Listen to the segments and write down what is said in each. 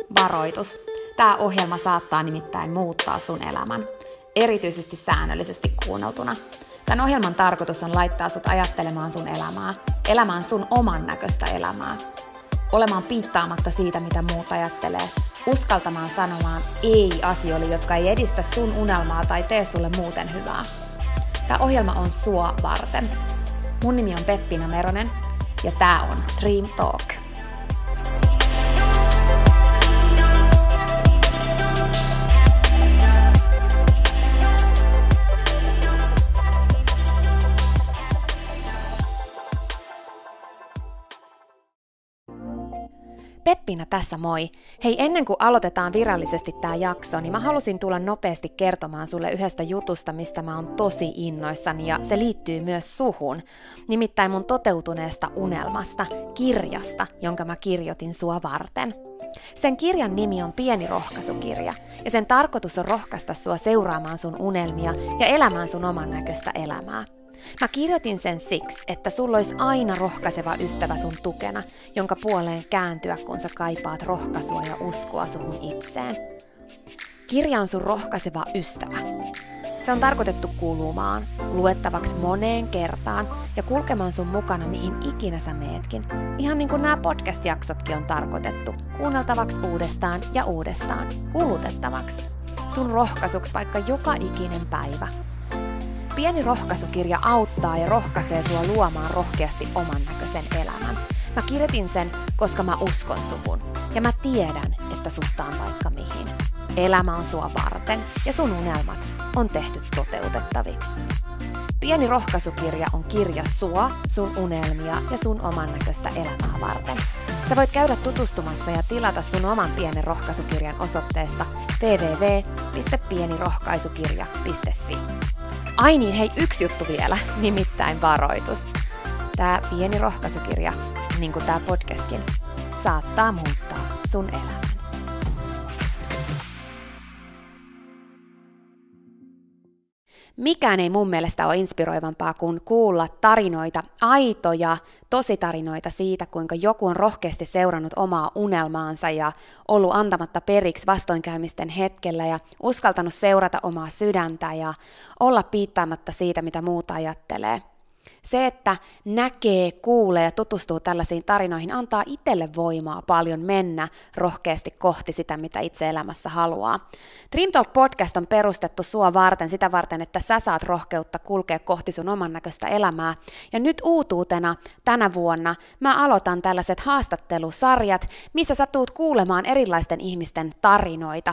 Varoitus. Tämä ohjelma saattaa nimittäin muuttaa sun elämän, erityisesti säännöllisesti kuunneltuna. Tämän ohjelman tarkoitus on laittaa sut ajattelemaan sun elämää, elämään sun oman näköistä elämää, olemaan piittaamatta siitä, mitä muut ajattelee, uskaltamaan sanomaan ei asioille, jotka ei edistä sun unelmaa tai tee sulle muuten hyvää. Tämä ohjelma on sua varten. Mun nimi on Peppina Meronen ja tää on Dream Talk. Peppina tässä moi! Hei, ennen kuin aloitetaan virallisesti tää jakso, niin mä halusin tulla nopeasti kertomaan sulle yhdestä jutusta, mistä mä oon tosi innoissani ja se liittyy myös suhun. Nimittäin mun toteutuneesta unelmasta, kirjasta, jonka mä kirjoitin sua varten. Sen kirjan nimi on Pieni rohkaisukirja ja sen tarkoitus on rohkaista sua seuraamaan sun unelmia ja elämään sun oman näköistä elämää. Mä kirjoitin sen siksi, että sulla olisi aina rohkaiseva ystävä sun tukena, jonka puoleen kääntyä, kun sä kaipaat rohkaisua ja uskoa suhun itseen. Kirja on sun rohkaiseva ystävä. Se on tarkoitettu kulumaan, luettavaksi moneen kertaan ja kulkemaan sun mukana mihin ikinä sä meetkin. Ihan niin kuin nämä podcast-jaksotkin on tarkoitettu, kuunneltavaksi uudestaan ja uudestaan, kulutettavaksi. Sun rohkaisuksi vaikka joka ikinen päivä. Pieni rohkaisukirja auttaa ja rohkaisee sua luomaan rohkeasti oman näköisen elämän. Mä kirjoitin sen, koska mä uskon suhun. Ja mä tiedän, että susta on vaikka mihin. Elämä on sua varten ja sun unelmat on tehty toteutettaviksi. Pieni rohkaisukirja on kirja sua, sun unelmia ja sun oman näköistä elämää varten. Sä voit käydä tutustumassa ja tilata sun oman pienen rohkaisukirjan osoitteesta www.pienirohkaisukirja.fi. Ai niin, hei, yksi juttu vielä, nimittäin varoitus. Tää pieni rohkaisukirja, niin kuin tää podcastkin, saattaa muuttaa sun elämän. Mikään ei mun mielestä ole inspiroivampaa kuin kuulla tarinoita, aitoja tositarinoita siitä, kuinka joku on rohkeasti seurannut omaa unelmaansa ja ollut antamatta periksi vastoinkäymisten hetkellä ja uskaltanut seurata omaa sydäntä ja olla piittaamatta siitä, mitä muut ajattelee. Se, että näkee, kuulee ja tutustuu tällaisiin tarinoihin, antaa itselle voimaa paljon mennä rohkeasti kohti sitä, mitä itse elämässä haluaa. Dream Talk Podcast on perustettu sua varten, sitä varten, että sä saat rohkeutta kulkea kohti sun oman näköistä elämää. Ja nyt uutuutena tänä vuonna mä aloitan tällaiset haastattelusarjat, missä sä tuut kuulemaan erilaisten ihmisten tarinoita.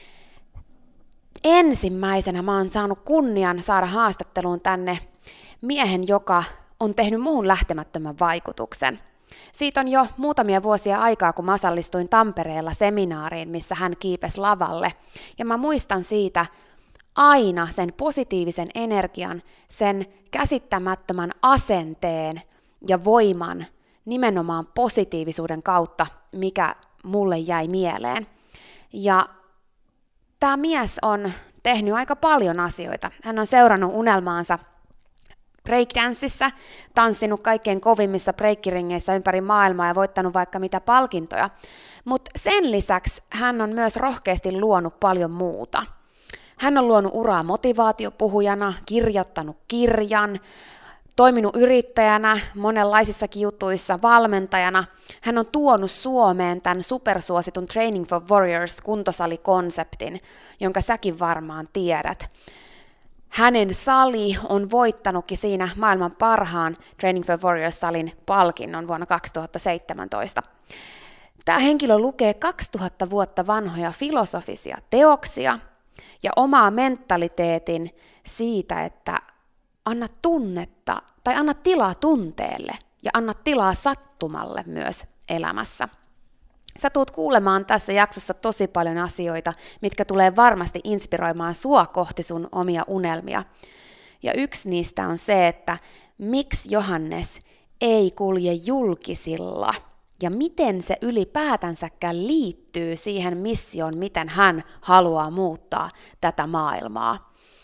Ensimmäisenä mä oon saanut kunnian saada haastatteluun tänne miehen, joka on tehnyt muun lähtemättömän vaikutuksen. Siitä on jo muutamia vuosia aikaa, kun mä osallistuin Tampereella seminaariin, missä hän kiipesi lavalle. Ja mä muistan siitä aina sen positiivisen energian, sen käsittämättömän asenteen ja voiman nimenomaan positiivisuuden kautta, mikä mulle jäi mieleen. Ja tämä mies on tehnyt aika paljon asioita. Hän on seurannut unelmaansa breakdanceissa, tanssinut kaikkein kovimmissa breikkiringeissä ympäri maailmaa ja voittanut vaikka mitä palkintoja. Mutta sen lisäksi hän on myös rohkeasti luonut paljon muuta. Hän on luonut uraa motivaatiopuhujana, kirjoittanut kirjan, toiminut yrittäjänä, monenlaisissakin jutuissa, valmentajana. Hän on tuonut Suomeen tämän supersuositun Training for Warriors -kuntosalikonseptin, jonka säkin varmaan tiedät. Hänen sali on voittanutkin siinä maailman parhaan Training for Warriors-salin palkinnon vuonna 2017. Tämä henkilö lukee 2000 vuotta vanhoja filosofisia teoksia ja omaa mentaliteetin siitä, että anna tunnetta tai anna tilaa tunteelle ja anna tilaa sattumalle myös elämässä. Sä tuut kuulemaan tässä jaksossa tosi paljon asioita, mitkä tulee varmasti inspiroimaan sua kohti sun omia unelmia. Ja yksi niistä on se, että miksi Johannes ei kulje julkisilla ja miten se ylipäätänsäkään liittyy siihen missioon, miten hän haluaa muuttaa tätä maailmaa.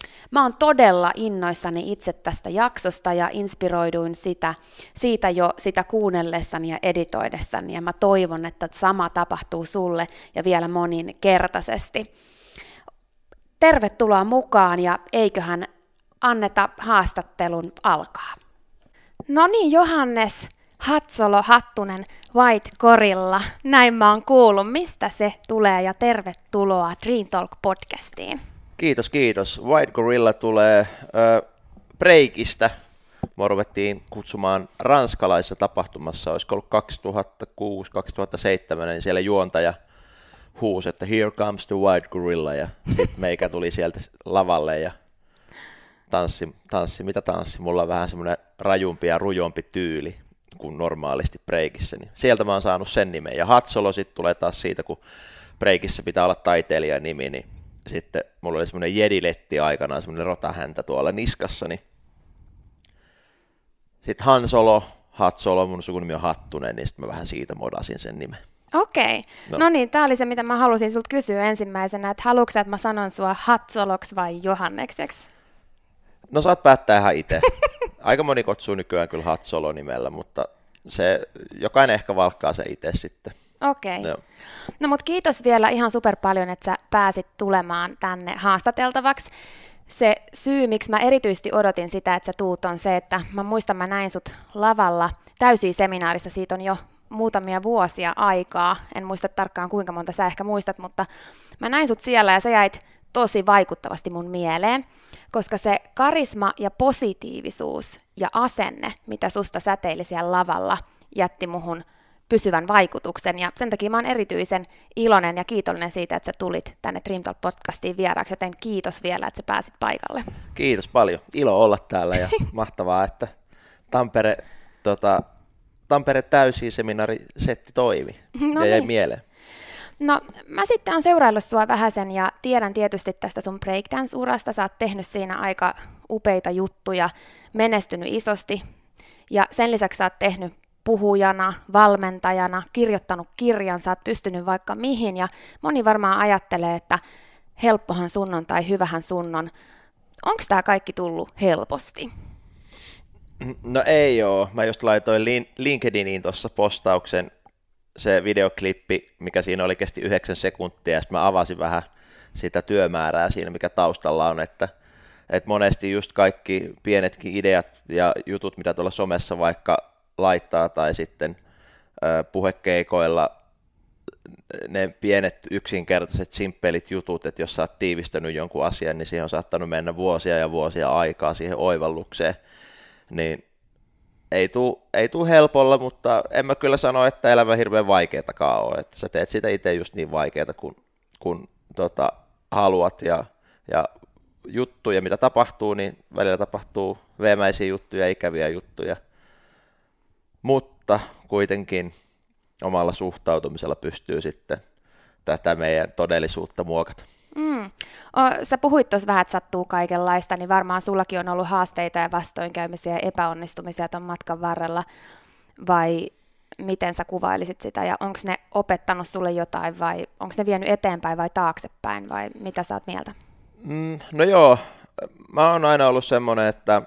Mä oon todella innoissani itse tästä jaksosta ja inspiroiduin siitä jo sitä kuunnellessani ja editoidessani ja mä toivon, että sama tapahtuu sulle ja vielä moninkertaisesti. Tervetuloa mukaan ja eiköhän anneta haastattelun alkaa. No niin, Johannes Hatsolo-Hattunen White Gorilla, näin mä oon kuullut, mistä se tulee ja tervetuloa Dream Talk podcastiin. Kiitos. White Gorilla tulee breikistä. Me ruvettiin kutsumaan ranskalaisessa tapahtumassa, olisiko ollut 2006-2007, niin siellä juontaja huusi, että here comes the White Gorilla, ja sitten meikä tuli sieltä lavalle ja tanssi. Mulla on vähän semmoinen rajumpi ja rujompi tyyli kuin normaalisti breikissä, niin sieltä mä oon saanut sen nimen. Ja Hatsolo sitten tulee taas siitä, kun breikissä pitää olla taiteilijan nimi, niin sitten mulla oli semmoinen jediletti aikanaan, semmoinen rotahäntä tuolla niskassa, niin sitten Hansolo, Hatsolo, mun sukunimi on Hattunen, niin sitten mä vähän siitä modasin sen nimen. Okei. No niin, tää oli se, mitä mä halusin sulta kysyä ensimmäisenä, että haluatko sä, että mä sanon sua Hatsoloksi vai Johannekseksi? No saat päättää ihan itse. Aika moni kutsuu nykyään kyllä Hatsolo-nimellä, mutta jokainen ehkä valkkaa se itse sitten. Okei. No mut kiitos vielä ihan super paljon, että sä pääsit tulemaan tänne haastateltavaksi. Se syy, miksi mä erityisesti odotin sitä, että sä tuut, on se, että mä muistan, mä näin sut lavalla seminaarissa, siitä on jo muutamia vuosia aikaa. En muista tarkkaan kuinka monta sä ehkä muistat, mutta mä näin sut siellä ja sä jäit tosi vaikuttavasti mun mieleen, koska se karisma ja positiivisuus ja asenne, mitä susta säteili siellä lavalla, jätti muhun pysyvän vaikutuksen, ja sen takia mä oon erityisen iloinen ja kiitollinen siitä, että sä tulit tänne Dream Talk podcastiin vieraaksi, joten kiitos vielä, että sä pääsit paikalle. Kiitos paljon. Ilo olla täällä ja mahtavaa, että Tampere täysi seminaarisetti toimi ja jäi mieleen. No mä sitten on seuraillut sua vähäsen ja tiedän tietysti tästä sun breakdance-urasta. Sä oot tehnyt siinä aika upeita juttuja, menestynyt isosti ja sen lisäksi sä oot tehnyt puhujana, valmentajana, kirjoittanut kirjan, sä oot pystynyt vaikka mihin ja moni varmaan ajattelee, että helppohan sun on tai hyvähän sun on. Onko tää kaikki tullut helposti? No ei oo. Mä just laitoin LinkedIniin tuossa postauksen, se videoklippi, mikä siinä oli, kesti 9 sekuntia, ja sitten mä avasin vähän sitä työmäärää siinä, mikä taustalla on, että monesti just kaikki pienetkin ideat ja jutut, mitä tuolla somessa vaikka laittaa, tai sitten puhekeikoilla ne pienet yksinkertaiset simppelit jutut, että jos sä oot tiivistänyt jonkun asian, niin siihen on saattanut mennä vuosia ja vuosia aikaa siihen oivallukseen, niin ei tuu helpolla, mutta en mä kyllä sano, että elämä hirveän vaikeatakaan ole, että sä teet sitä itse just niin vaikeata kun haluat, ja juttuja, mitä tapahtuu, niin välillä tapahtuu veemäisiä juttuja, ikäviä juttuja, mutta kuitenkin omalla suhtautumisella pystyy sitten tätä meidän todellisuutta muokata. Sä puhuit tuossa vähän, että sattuu kaikenlaista, niin varmaan sullakin on ollut haasteita ja vastoinkäymisiä ja epäonnistumisia ton matkan varrella, vai miten sä kuvailisit sitä, ja onko ne opettanut sulle jotain, vai onko ne vienyt eteenpäin vai taaksepäin, vai mitä sä oot mieltä? No joo, mä oon aina ollut semmoinen, että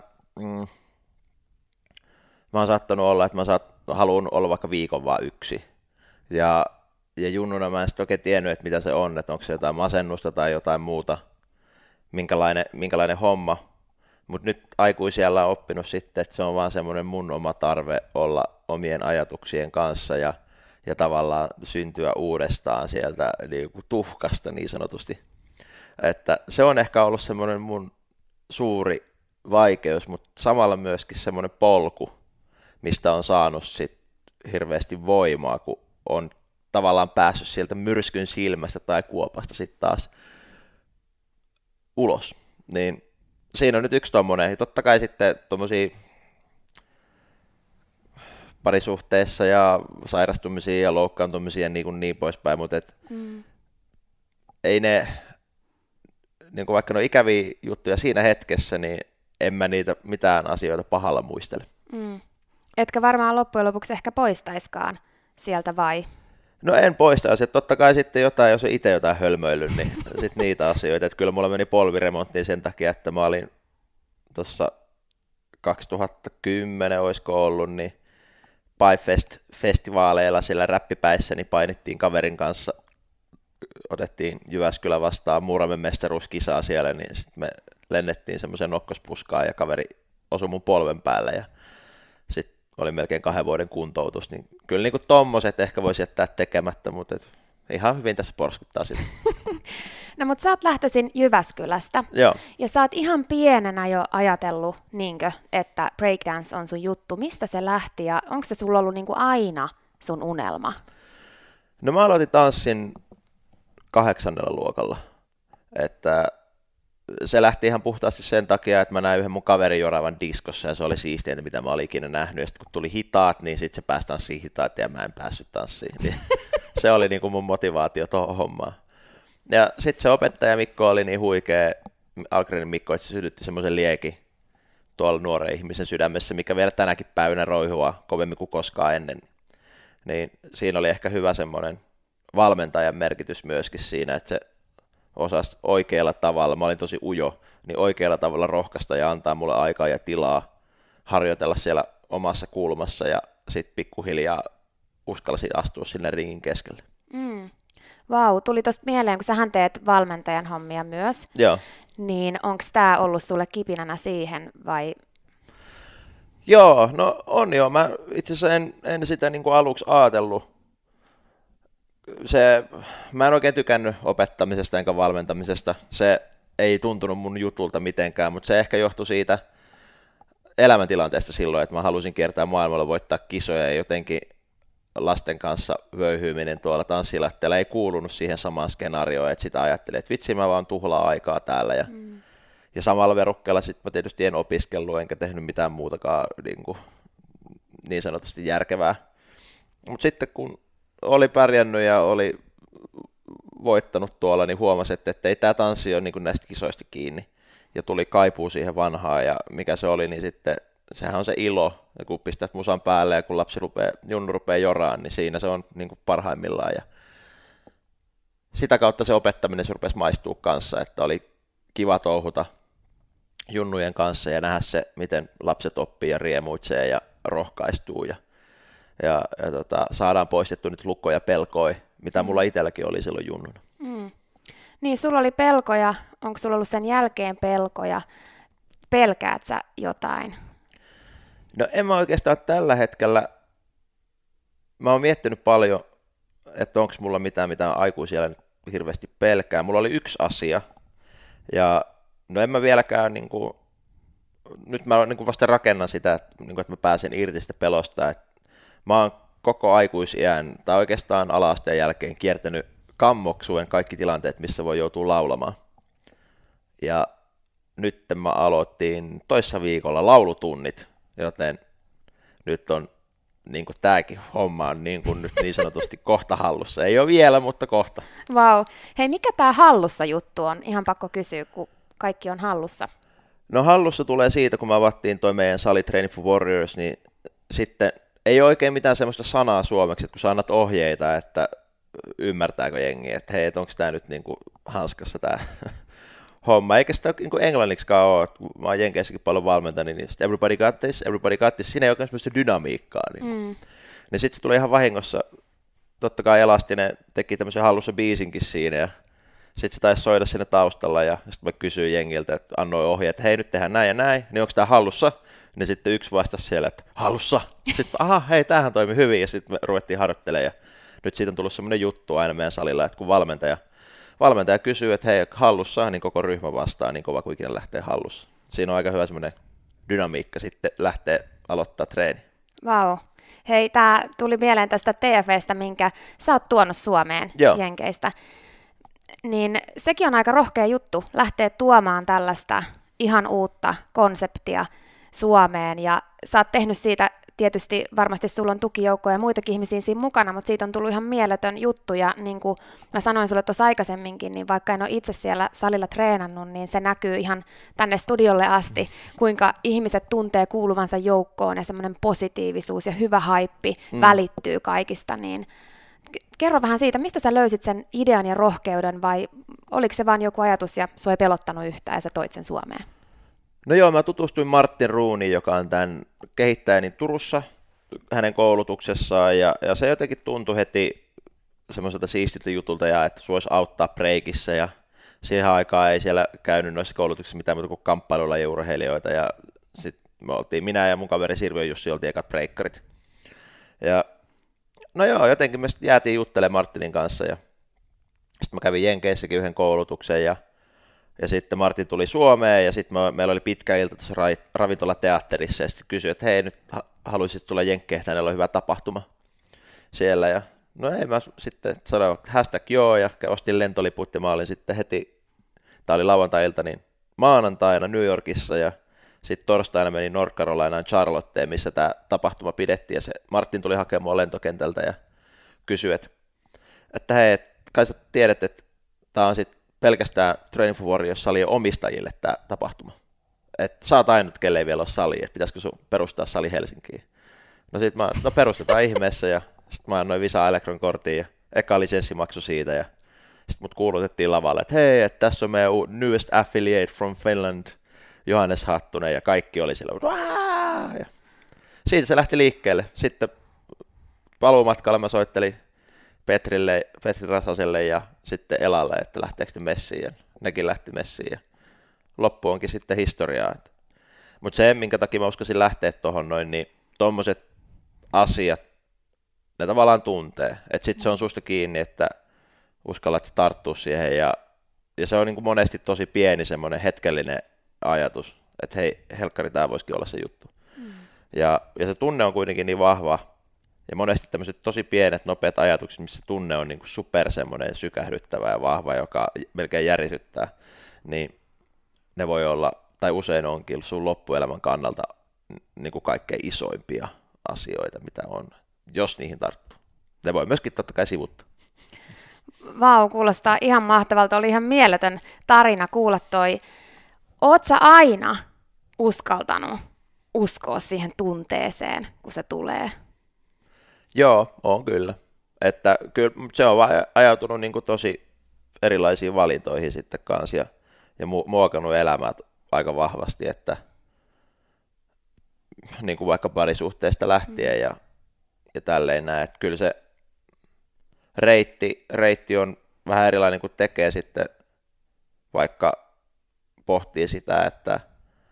mä oon saattanut olla, että mä haluan olla vaikka viikon vaan yksi, ja junnuna mä en sitten oikein tiennyt, että mitä se on, että onko se jotain masennusta tai jotain muuta, minkälainen homma. Mutta nyt aikuisiellä on oppinut sitten, että se on vaan semmoinen mun oma tarve olla omien ajatuksien kanssa ja tavallaan syntyä uudestaan sieltä niin kuin tuhkasta niin sanotusti. Että se on ehkä ollut semmoinen mun suuri vaikeus, mutta samalla myöskin semmoinen polku, mistä on saanut sit hirveästi voimaa, kun on tavallaan päässyt sieltä myrskyn silmästä tai kuopasta sitten taas ulos. Niin siinä on nyt yksi tommonen. Totta kai sitten tommosia parisuhteessa ja sairastumisia ja loukkaantumisia niin poispäin, mutta ei ne, niin kuin vaikka ne on ikäviä juttuja siinä hetkessä, niin en mä niitä mitään asioita pahalla muistele. Etkä varmaan loppujen lopuksi ehkä poistaiskaan sieltä vai? No en poista asiat, totta kai sitten jotain, jos on itse jotain hölmöillyt, niin sitten niitä asioita. Että kyllä mulla meni polviremonttiin sen takia, että mä olin tuossa 2010 olisiko ollut, niin PyFest-festivaaleilla siellä räppipäissä, niin painittiin kaverin kanssa, otettiin Jyväskylä vastaan Muuramen mestaruuskisaa siellä, niin sitten me lennettiin semmoisen nokkospuskaan ja kaveri osui mun polven päälle ja sitten oli melkein 2 vuoden kuntoutus, niin kyllä niin kuin tommoset ehkä voisi jättää tekemättä, mutta ihan hyvin tässä porskuttaa sitä. No mutta sä oot lähtöisin Jyväskylästä. Joo. Ja sä oot ihan pienenä jo ajatellut, niinkö, että breakdance on sun juttu. Mistä se lähti ja onko se sulla ollut niinku aina sun unelma? No mä aloitin tanssin 8. luokalla, että se lähti ihan puhtaasti sen takia, että mä näin yhden mun kaverin joravan diskossa ja se oli siisteintä, mitä mä olin ikinä nähnyt. Ja sitten kun tuli hitaat, niin sitten se pääsi tanssiin hitaat ja mä en päässyt tanssiin. Niin se oli niin kuin mun motivaatio tuohon hommaan. Ja sitten se opettaja Mikko oli niin huikea, Algrenin Mikko, että se sytytti semmoisen liekin tuolla nuoren ihmisen sydämessä, mikä vielä tänäkin päivänä roihua kovemmin kuin koskaan ennen. Niin siinä oli ehkä hyvä semmoinen valmentajan merkitys myöskin siinä, että se osasi oikealla tavalla, mä olin tosi ujo, niin oikealla tavalla rohkaista ja antaa mulle aikaa ja tilaa harjoitella siellä omassa kulmassa ja sitten pikkuhiljaa uskalsin astua sinne ringin keskelle. Vau, tuli tosta mieleen, kun sähän teet valmentajan hommia myös, Joo. niin onko tämä ollut sulle kipinänä siihen vai? Joo, no on joo. Mä itse asiassa en sitä niin kuin aluksi ajatellut. Mä en oikein tykännyt opettamisesta enkä valmentamisesta. Se ei tuntunut mun jutulta mitenkään, mutta se ehkä johtui siitä elämäntilanteesta silloin, että mä halusin kiertää maailmalla, voittaa kisoja ja jotenkin lasten kanssa vöyhyyminen tuolla tanssilattialla ei kuulunut siihen samaan skenaarioon, että sitä ajattelin, että vitsi mä vaan tuhlaa aikaa täällä ja samalla verukkeella sitten mä tietysti en opiskellut enkä tehnyt mitään muutakaan niin sanotusti järkevää. Mutta sitten kun oli pärjännyt ja oli voittanut tuolla, niin huomasi, että ei tämä tanssi ole niin näistä kisoista kiinni ja tuli kaipuu siihen vanhaan ja mikä se oli, niin sitten sehän on se ilo, ja kun pistät musan päälle ja kun junnu rupeaa joraan, niin siinä se on niin kuin parhaimmillaan. Ja sitä kautta se opettaminen se rupesi maistua kanssa, että oli kiva touhuta junnujen kanssa ja nähdä se, miten lapset oppii ja riemuitsee ja rohkaistuu ja saadaan poistettu nyt lukkoja ja pelkoja, mitä mulla itselläkin oli silloin junnuna. Niin, sulla oli pelkoja, onko sulla ollut sen jälkeen pelkoja, pelkäät sä jotain? No en mä oikeastaan tällä hetkellä, mä oon miettinyt paljon, että onko mulla mitään aikuisia hirveästi pelkää. Mulla oli yksi asia, ja no en mä vieläkään, nyt mä vasta rakennan sitä, että mä pääsen irti sitä pelosta, että mä oon koko aikuisiän, tai oikeastaan ala-asteen jälkeen kiertänyt kammoksuen kaikki tilanteet, missä voi joutua laulamaan. Ja nyt mä aloitin toissa viikolla laulutunnit, joten nyt on tämäkin homma on nyt niin sanotusti kohta hallussa. Ei ole vielä, mutta kohta. Vau. Hei, mikä tämä hallussa juttu on? Ihan pakko kysyä, kun kaikki on hallussa. No hallussa tulee siitä, kun me avattiin toi meidän sali Training for Warriors, niin sitten ei ole oikein mitään semmoista sanaa suomeksi, että kun sä annat ohjeita, että ymmärtääkö jengi, että hei, onko tämä nyt hanskassa tämä homma, eikä sitä englanniksikaan ole, mä oon jenkeissäkin paljon valmentanut, niin sitten everybody got this, siinä ei oikein semmoista dynamiikkaa. Niin sitten se tuli ihan vahingossa, totta kai Elastinen teki tämmöisen hallussa biisinkin siinä, ja sitten se taisi soida siinä taustalla, ja sitten mä kysyin jengiltä, että annoin ohjeet, että hei, nyt tehdään näin ja näin, niin onko tämä hallussa? Niin sitten yksi vastasi siellä, että hallussa. Sitten aha, hei, tämähän toimi hyvin, ja sitten me ruvettiin harjoittelemaan, ja nyt siitä on tullut semmoinen juttu aina meidän salilla, että kun valmentaja kysyy, että hei, hallussa, niin koko ryhmä vastaa niin kova kuin ikinä lähtee hallussa. Siinä on aika hyvä semmoinen dynamiikka sitten lähtee aloittaa treeni. Vau. Hei, tämä tuli mieleen tästä TFVstä, minkä sä oot tuonut Suomeen Jenkeistä. Niin sekin on aika rohkea juttu lähteä tuomaan tällaista ihan uutta konseptia Suomeen. Ja sä oot tehnyt siitä, tietysti varmasti sulla on tukijoukkoja ja muitakin ihmisiä siinä mukana, mutta siitä on tullut ihan mieletön juttu. Ja niin kuin mä sanoin sulle tuossa aikaisemminkin, niin vaikka en ole itse siellä salilla treenannut, niin se näkyy ihan tänne studiolle asti, kuinka ihmiset tuntee kuuluvansa joukkoon ja semmoinen positiivisuus ja hyvä haippi välittyy kaikista. Niin Kerro vähän siitä, mistä sä löysit sen idean ja rohkeuden, vai oliko se vaan joku ajatus ja sua ei pelottanut yhtään ja sä toit sen Suomeen? No joo, mä tutustuin Martin Ruuniin, joka on tämän kehittäjäni Turussa, hänen koulutuksessaan, ja se jotenkin tuntui heti semmoiselta siistiltä jutulta, ja että se voisi auttaa breikissä, ja siihen aikaan ei siellä käynyt noissa koulutuksissa mitään muuta kuin kamppailulajien-urheilijoita, ja sitten me oltiin, minä ja mun kaveri Sirviö Jussi oltiin ekat breikkarit. Ja no joo, jotenkin me jäätiin juttelemaan Martinin kanssa, ja sitten mä kävin Jenkeissäkin yhden koulutuksen, ja sitten Martin tuli Suomeen, ja sitten meillä oli pitkä ilta tuossa ravintolateatterissa, ja sitten kysyi, että hei, nyt haluaisit tulla Jenkkeihin, hänellä on hyvä tapahtuma siellä, ja no ei, mä sitten sanoin, että hashtag joo, ja ostin lentoliput, ja mä olin sitten heti, tää oli lauantai-ilta, niin maanantaina New Yorkissa, ja sitten torstaina menin North Carolinaan Charlotteen, missä tämä tapahtuma pidettiin, ja se Martin tuli hakemaan mua lentokentältä, ja kysyi, että hei, kai sä tiedät, että tämä on sitten pelkästään Training for Warriors-salien omistajille tämä tapahtuma. Että sä oot ainut, kelle ei vielä ole sali, että pitäisikö sun perustaa sali Helsinkiin. No sit perustetaan ihmeessä, ja sit mä annoin Visa Electron kortin, ja eka lisenssimaksu siitä, ja sit mut kuulutettiin lavalle, että hei, että tässä on meidän newest affiliate from Finland, Johannes Hattunen, ja kaikki oli sillä, ja siitä se lähti liikkeelle. Sitten paluumatkalla mä soittelin Petri Rasaselle ja sitten Elalle, että lähteekö te messiin, ja nekin lähti messiin, ja loppu onkin sitten historiaa. Mutta se, minkä takia mä uskasin lähteä tuohon noin, niin tommoset asiat, ne tavallaan tuntee, että sitten se on susta kiinni, että uskallat tarttua siihen, ja se on niin kuin monesti tosi pieni semmoinen hetkellinen ajatus, että hei, helkkari, tämä voisikin olla se juttu. Ja se tunne on kuitenkin niin vahva, ja monesti tämmöiset tosi pienet, nopeat ajatukset, missä tunne on niin kuin super semmoinen sykähdyttävä ja vahva, joka melkein järisyttää, niin ne voi olla, tai usein onkin sun loppuelämän kannalta niin kuin kaikkein isoimpia asioita, mitä on, jos niihin tarttuu. Ne voi myöskin totta kai sivuttaa. Vau, kuulostaa ihan mahtavalta. Oli ihan mieletön tarina kuulla toi. Oot sä aina uskaltanut uskoa siihen tunteeseen, kun se tulee? Joo, on kyllä. Että kyllä se on ajautunut niin kuin tosi erilaisiin valintoihin sitten kanssa ja muokannut elämää aika vahvasti, että niin kuin vaikka parisuhteesta lähtien ja tälleen näin, että kyllä se reitti on vähän erilainen kuin tekee sitten, vaikka pohtii sitä, että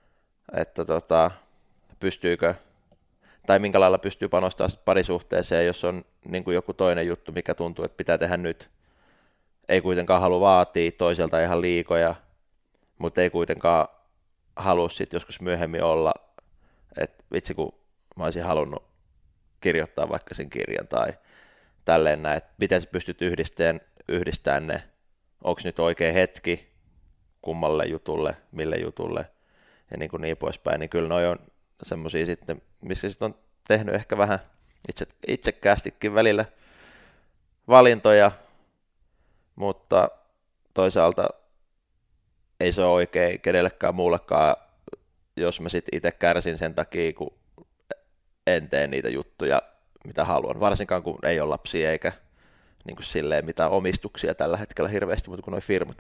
pystyykö tai minkä lailla pystyy panostamaan parisuhteeseen, jos on niin kuin joku toinen juttu, mikä tuntuu, että pitää tehdä nyt. Ei kuitenkaan halua vaatia toiselta ihan liikoja, mutta ei kuitenkaan halua sitten joskus myöhemmin olla, että vitsi kun mä olisin halunnut kirjoittaa vaikka sen kirjan tai tälleen näin, että miten sä pystyt yhdistämään ne, onko nyt oikea hetki kummalle jutulle, mille jutulle ja niin poispäin, niin kyllä noi on semmoisia sitten, missä sitten on tehnyt ehkä vähän itsekkäästikin välillä valintoja, mutta toisaalta ei se ole oikein kenellekään muullekaan, jos mä sitten itse kärsin sen takia, kun en tee niitä juttuja, mitä haluan, varsinkaan kun ei ole lapsia eikä niin kuin silleen mitään omistuksia tällä hetkellä hirveästi, mutta kuin nuo firmat.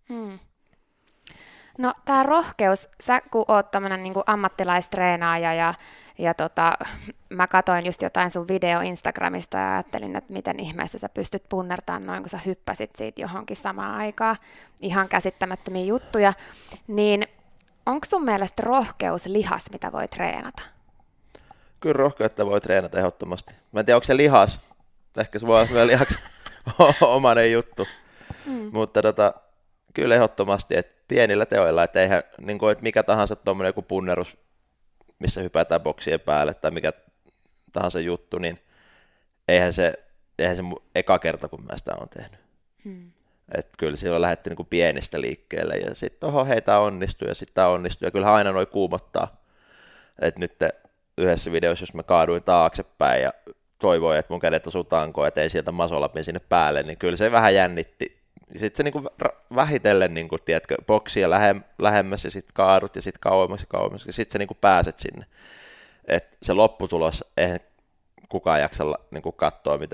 No tämä rohkeus, sä kun oot tämmönen niinku ammattilaistreenaaja ja mä katoin just jotain sun video Instagramista ja ajattelin, että miten ihmeessä sä pystyt punnertamaan noin, kun sä hyppäsit siitä johonkin samaan aikaan. Ihan käsittämättömiä juttuja. Niin onko sun mielestä rohkeus lihas, mitä voi treenata? Kyllä rohkeutta voi treenata ehdottomasti. Mä en tiedä, onko se lihas. Ehkä se voi olla myös lihaksi omainen juttu. Mutta kyllä ehdottomasti, että pienillä teoilla, että eihän niin kuin, että mikä tahansa tuommoinen joku punnerus, missä hypätään boksien päälle tai mikä tahansa juttu, niin eihän se eka kerta, kun mä sitä olen tehnyt. Että kyllä siellä on lähdetty niin kuin pienistä liikkeelle ja sitten heitä onnistuu ja sitten tämä onnistuu ja kyllähän aina noi kuumottaa. Että nyt yhdessä videossa, jos mä kaaduin taaksepäin ja toivoin, että mun kädet osuu tankoon, että ei sieltä masolapin sinne päälle, niin kyllä se vähän jännitti. Sitten se niinku vähitellen, niinku, tiedätkö, boksia lähemmäs ja sitten kaadut ja sitten kauemmas ja sitten sä niinku pääset sinne. Et se lopputulos, eihän kukaan jaksa niinku katsoa mitään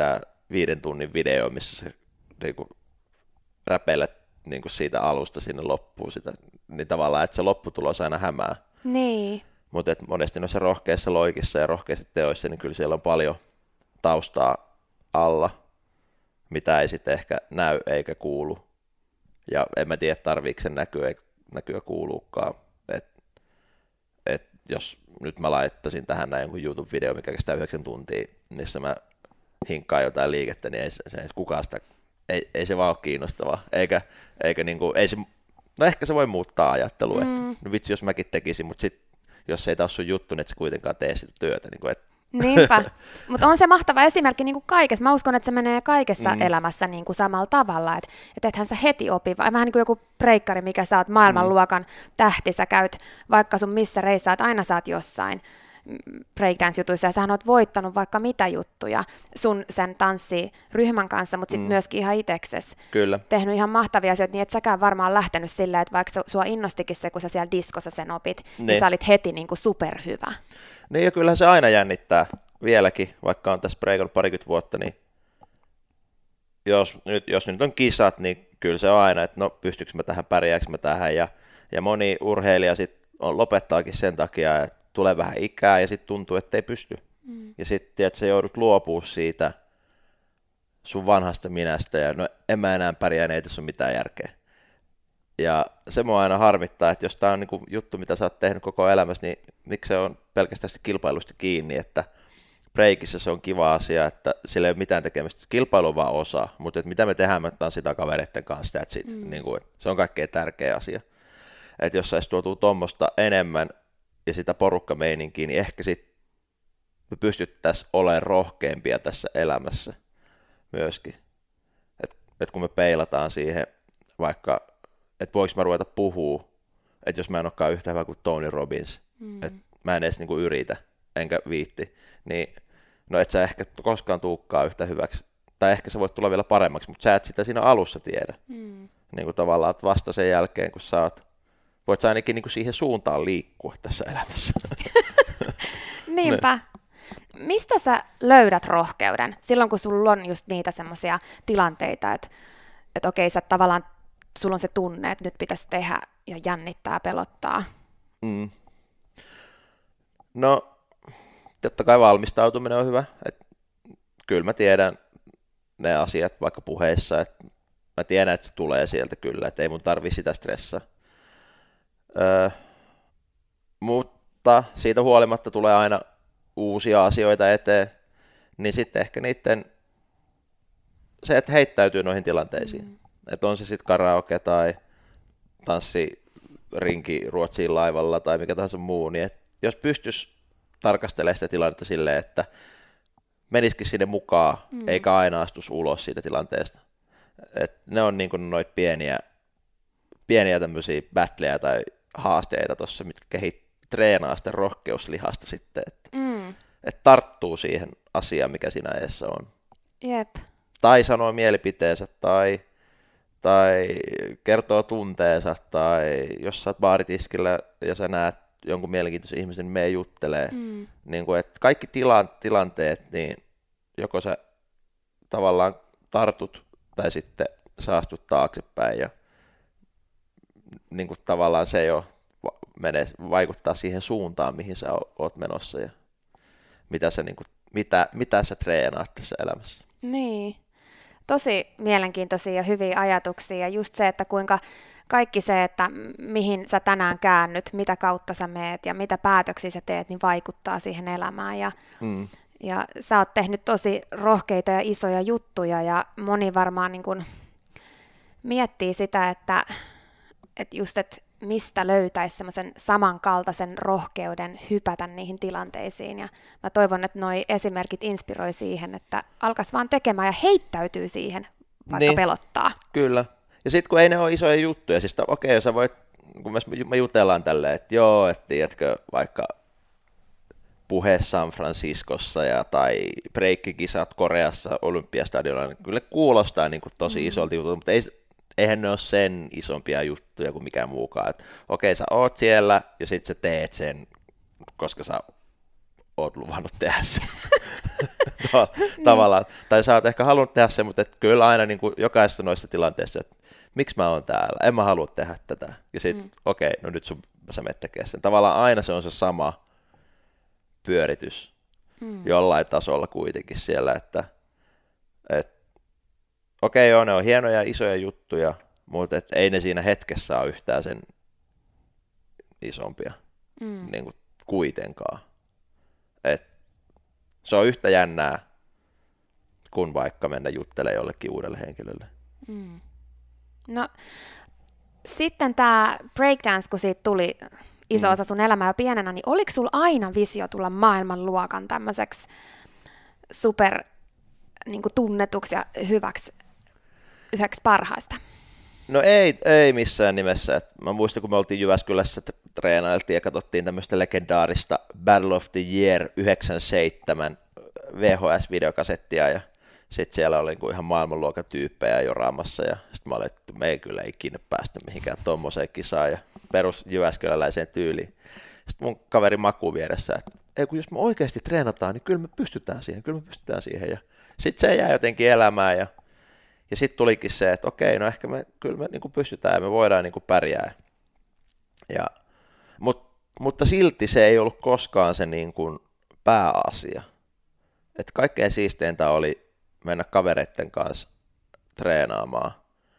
5 tunnin video, missä sä niin kuin räpeilet niin kuin siitä alusta sinne loppuun sitä, niin tavallaan, että se lopputulos aina hämää. Niin. Mutta monesti noissa rohkeissa loikissa ja rohkeissa teoissa, niin kyllä siellä on paljon taustaa alla, mitä ei sitten ehkä näy eikä kuulu. Ja en mä tiedä, tarviiko sen näkyä kuuluukaan. Et jos nyt mä laittaisin tähän näin jonkun YouTube-video, mikä kestää 9 tuntia, missä mä hinkkaan jotain liikettä, niin ei kukaan sitä, ei se vaan ole kiinnostavaa. Eikä niinku, ei se, no ehkä se voi muuttaa ajattelua, että no vitsi, jos mäkin tekisin, mutta sit, jos ei taas sun juttu, niin et sä kuitenkaan tee sitä työtä. Niin kuin, Niinpä, mutta on se mahtava esimerkki niin kuin kaikessa. Mä uskon, että se menee kaikessa elämässä niin kuin samalla tavalla, että ethän sä heti opi, vähän niin kuin joku breikkari, mikä sä oot maailmanluokan tähti, sä käyt vaikka sun missä reissaat, aina sä oot jossain breakdance-jutuissa, ja sähän oot voittanut vaikka mitä juttuja sun sen tanssiryhmän kanssa, mutta sitten myöskin ihan itseksesi tehnyt ihan mahtavia asioita, niin et säkään varmaan lähtenyt silleen, että vaikka sua innostikin se, kun sä siellä diskossa sen opit, niin sä olit heti niin kuin superhyvä. Niin, ja kyllähän se aina jännittää vieläkin, vaikka on tässä breikannut parikymmentä vuotta, niin jos nyt on kisat, niin kyllä se on aina, että no pystyykö mä tähän, pärjääkö mä tähän, ja moni urheilija sitten lopettaakin sen takia, että tulee vähän ikää ja sitten tuntuu, että ei pysty. Ja sitten, että sä joudut luopua siitä sun vanhasta minästä ja no en mä enää pärjää, ei tässä ole mitään järkeä. Ja se mua aina harmittaa, että jos tää on niinku juttu, mitä sä oot tehnyt koko elämässä, niin miksi se on pelkästään kilpailusta kiinni, että breikissä se on kiva asia, että sillä ei ole mitään tekemistä. Kilpailu on vaan osa, mutta mitä me tehdään, me sitä kavereiden kanssa, niinku, se on kaikkein tärkeä asia. Että jos saisi tuotua tuommoista enemmän, ja sitä porukkameininkiä, niin ehkä sitten me pystyttäisiin olemaan rohkeampia tässä elämässä myöskin. Et kun me peilataan siihen vaikka, että voiko mä ruveta puhua, että jos mä en olekaan yhtä hyvä kuin Tony Robbins, että mä en edes niinku yritä, enkä viitti, niin no et sä ehkä koskaan tuukkaa yhtä hyväksi, tai ehkä sä voit tulla vielä paremmaksi, mutta sä et sitä siinä alussa tiedä. Niin kuin tavallaan, että vasta sen jälkeen, kun sä oot, voit sä ainakin niin kuin siihen suuntaan liikkua tässä elämässä. Niinpä. Mistä sä löydät rohkeuden silloin, kun sulla on just niitä semmoisia tilanteita, että okei, sä tavallaan, sulla on se tunne, että nyt pitäisi tehdä ja jännittää, pelottaa? No, totta kai valmistautuminen on hyvä. Kyllä mä tiedän ne asiat vaikka puheissa, että mä tiedän, että se tulee sieltä kyllä, että ei mun tarvitse sitä stressaa. Mutta siitä huolimatta tulee aina uusia asioita eteen, niin sitten ehkä se, että heittäytyy noihin tilanteisiin. Että on se sitten karaoke tai tanssirinki Ruotsiin laivalla tai mikä tahansa muu, niin jos pystyisi tarkastelemaan sitä tilannetta silleen, että menisikin sinne mukaan, eikä aina astus ulos siitä tilanteesta. Et ne on niin kuin noita pieniä tämmöisiä battleja tai haasteita tuossa, mitkä treenaa sitä rohkeuslihasta sitten, että tarttuu siihen asiaan, mikä siinä edessä on. Jep. Tai sanoo mielipiteensä, tai kertoo tunteensa, tai jos sä oot baaritiskillä ja sä näet jonkun mielenkiintoisen ihmisen, niin mene juttelee. Niin kuin, että kaikki tilanteet, niin joko sä tavallaan tartut, tai sitten saastut taaksepäin, ja niin kuin tavallaan se jo vaikuttaa siihen suuntaan, mihin sä oot menossa ja mitä sä treenaat tässä elämässä. Niin, tosi mielenkiintoisia ja hyviä ajatuksia ja just se, että kuinka kaikki se, että mihin sä tänään käännyt, mitä kautta sä meet ja mitä päätöksiä sä teet, niin vaikuttaa siihen elämään ja sä oot tehnyt tosi rohkeita ja isoja juttuja ja moni varmaan niin kun miettii sitä, että mistä löytäisi semmoisen samankaltaisen rohkeuden hypätä niihin tilanteisiin. Ja mä toivon, että noi esimerkit inspiroi siihen, että alkaisi vaan tekemään ja heittäytyy siihen, vaikka niin, pelottaa. Kyllä. Ja sitten kun ei ne ole isoja juttuja, siis okei, sä voit, kun me jutellaan tälleen, että joo, että tiedätkö, vaikka puhe San Franciscossa tai breikkikisat Koreassa Olympiastadionilla, niin kyllä kuulostaa niin kuin tosi isolta jutulta, mutta eihän ne ole sen isompia juttuja kuin mikään muukaan. Että okei, sä oot siellä ja sit sä teet sen, koska sä oot luvannut tehdä sen. Tavallaan. Tai sä oot ehkä halunnut tehdä sen, mutta et kyllä aina niin kuin jokaisessa noissa tilanteissa, että miksi mä oon täällä, en mä halua tehdä tätä. Ja sitten okei, no nyt sä menet tekemään sen. Tavallaan aina se on se sama pyöritys jollain tasolla kuitenkin siellä, että okei, joo, ne on hienoja isoja juttuja, mutta ei ne siinä hetkessä ole yhtään sen isompia niin kuin kuitenkaan. Se on yhtä jännää kuin vaikka mennä juttelemaan jollekin uudelle henkilölle. No sitten tämä breakdance, kun siitä tuli iso osa sun elämää jo pienenä, niin oliko sulla aina visio tulla maailmanluokan tämmöiseksi super niin kuin tunnetuksi ja yhdeksi parhaista? No ei missään nimessä. Mä muistan, kun me oltiin Jyväskylässä, treenailtiin ja katsottiin tämmöistä legendaarista Battle of the Year 97 VHS-videokasettia, ja sitten siellä oli ihan maailmanluokan tyyppejä joraamassa, ja sitten mä olin, että me ei kyllä ikinä päästä mihinkään tommoseen kisaan, ja perus jyväskyläläiseen tyyliin. Sitten mun kaveri Maku vieressä, että ei kun jos me oikeasti treenataan, niin kyllä me pystytään siihen, ja sitten se jää jotenkin elämään, ja sitten tulikin se, että okei, no ehkä kyllä me niin kuin pystytään ja me voidaan niin kuin pärjää. Mutta silti se ei ollut koskaan se niin kuin pääasia. Et kaikkein siisteintä oli mennä kavereiden kanssa treenaamaan.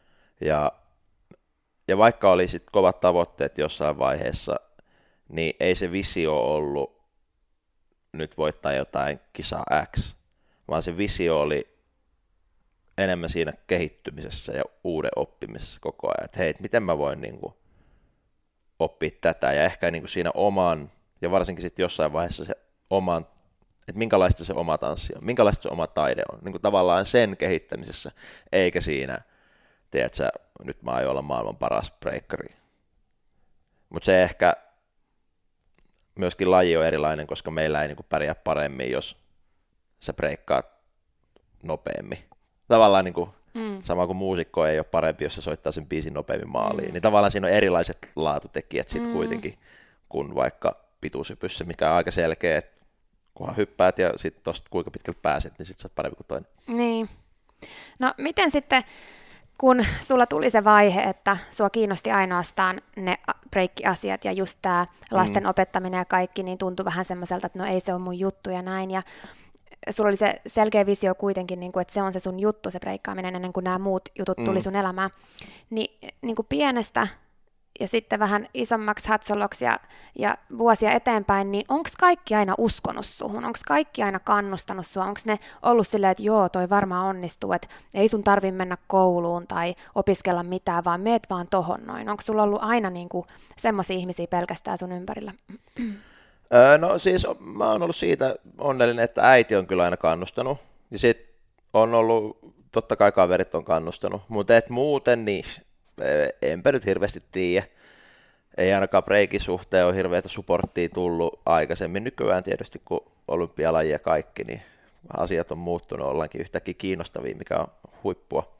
Ja vaikka oli sit kovat tavoitteet jossain vaiheessa, niin ei se visio ollut nyt voittaa jotain kisaa X, vaan se visio oli enemmän siinä kehittymisessä ja uuden oppimisessa koko ajan, että hei, miten mä voin niin kuin oppia tätä, ja ehkä niin kuin siinä oman, ja varsinkin sitten jossain vaiheessa se oman, että minkälaista se oma tanssi on, minkälaista se oma taide on, niin kuin tavallaan sen kehittämisessä, eikä siinä, tiedätkö, nyt mä aion olla maailman paras breikkari. Mutta se ehkä myöskin laji on erilainen, koska meillä ei niin kuin pärjää paremmin, jos sä breikkaat nopeammin. Tavallaan niin kuin, sama kuin muusikko ei ole parempi, jos se soittaa sen biisin nopeammin maaliin, niin tavallaan siinä on erilaiset laatutekijät sitten kuitenkin kuin vaikka pituushypyssä, mikä on aika selkeä, että kunhan hyppäät ja sitten tuosta kuinka pitkälle pääset, niin sitten sä oot parempi kuin toinen. Niin. No miten sitten, kun sulla tuli se vaihe, että sua kiinnosti ainoastaan ne breikki-asiat ja just tämä lasten opettaminen ja kaikki, niin tuntui vähän semmoiselta, että no ei se ole mun juttu ja näin, ja sulla oli se selkeä visio kuitenkin, niin kuin, että se on se sun juttu, se breikkaaminen, ennen kuin nämä muut jutut tuli sun elämään. Niin kuin pienestä ja sitten vähän isommaksi hatsoloksi ja vuosia eteenpäin, niin onko kaikki aina uskonut suhun? Onko kaikki aina kannustanut sua? Onko ne ollut silleen, että joo, toi varmaan onnistuu, että ei sun tarvi mennä kouluun tai opiskella mitään, vaan meet vaan tohon noin? Onko sulla ollut aina niin kuin semmoisia ihmisiä pelkästään sun ympärillä? No siis mä oon ollut siitä onnellinen, että äiti on kyllä aina kannustanut, ja sitten on ollut, totta kai kaverit on kannustanut, mutta et muuten niin enpä nyt hirveästi tiedä. Ei ainakaan breikin suhteen ole hirveätä supporttia tullut aikaisemmin. Nykyään tietysti, kun olympialaji ja kaikki, niin asiat on muuttunut, ollaankin yhtäkkiä kiinnostavia, mikä on huippua.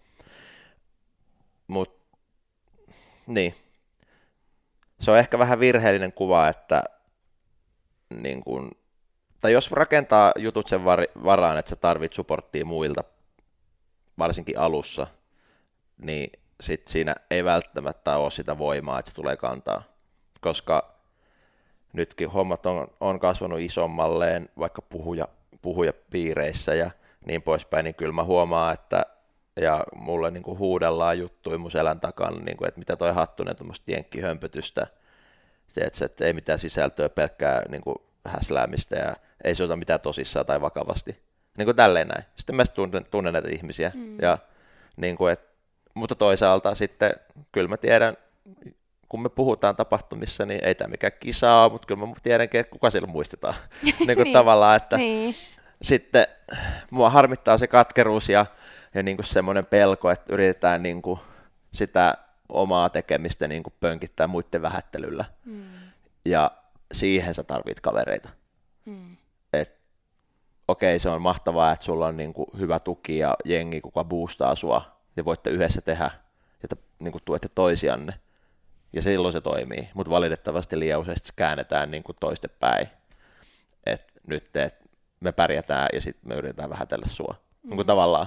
Mut niin, se on ehkä vähän virheellinen kuva, että niin kun, tai jos rakentaa jutut sen varaan, että sä tarvit supporttia muilta, varsinkin alussa, niin sit siinä ei välttämättä ole sitä voimaa, että se tulee kantaa, koska nytkin hommat on kasvanut isommalleen, vaikka puhujapiireissä ja niin poispäin, niin kyllä mä huomaan, että ja mulle niin kuin huudellaan juttuja mun selän takana, niin kuin, että mitä toi Hattunen tuommoista jenkkihömpötystä, että ei mitään sisältöä, pelkkää niin kuin häsläämistä ja ei se ota mitään tosissaan tai vakavasti. Niin kuin tälleen näin. Sitten mä tunnen näitä ihmisiä. Ja, niin kuin, mutta toisaalta sitten kyllä mä tiedän, kun me puhutaan tapahtumissa, niin ei tämä mikään kisa ole, mutta kyllä mä tiedän, kuka siellä muistetaan. niin kuin tavallaan, että sitten mua harmittaa se katkeruus ja niin kuin semmoinen pelko, että yritetään niin kuin sitä omaa tekemistä niin kuin pönkittää muiden vähättelyllä. Ja siihen sä tarvit kavereita. Okei, se on mahtavaa, että sulla on niin kuin hyvä tuki ja jengi, kuka boostaa sua ja voitte yhdessä tehdä ja niin kuin tuette toisianne. Ja silloin se toimii, mutta valitettavasti liian usein käännetään niin kuin toistepäin. nyt, että me pärjätään ja sitten me yritetään vähätellä sua. Niin tavallaan.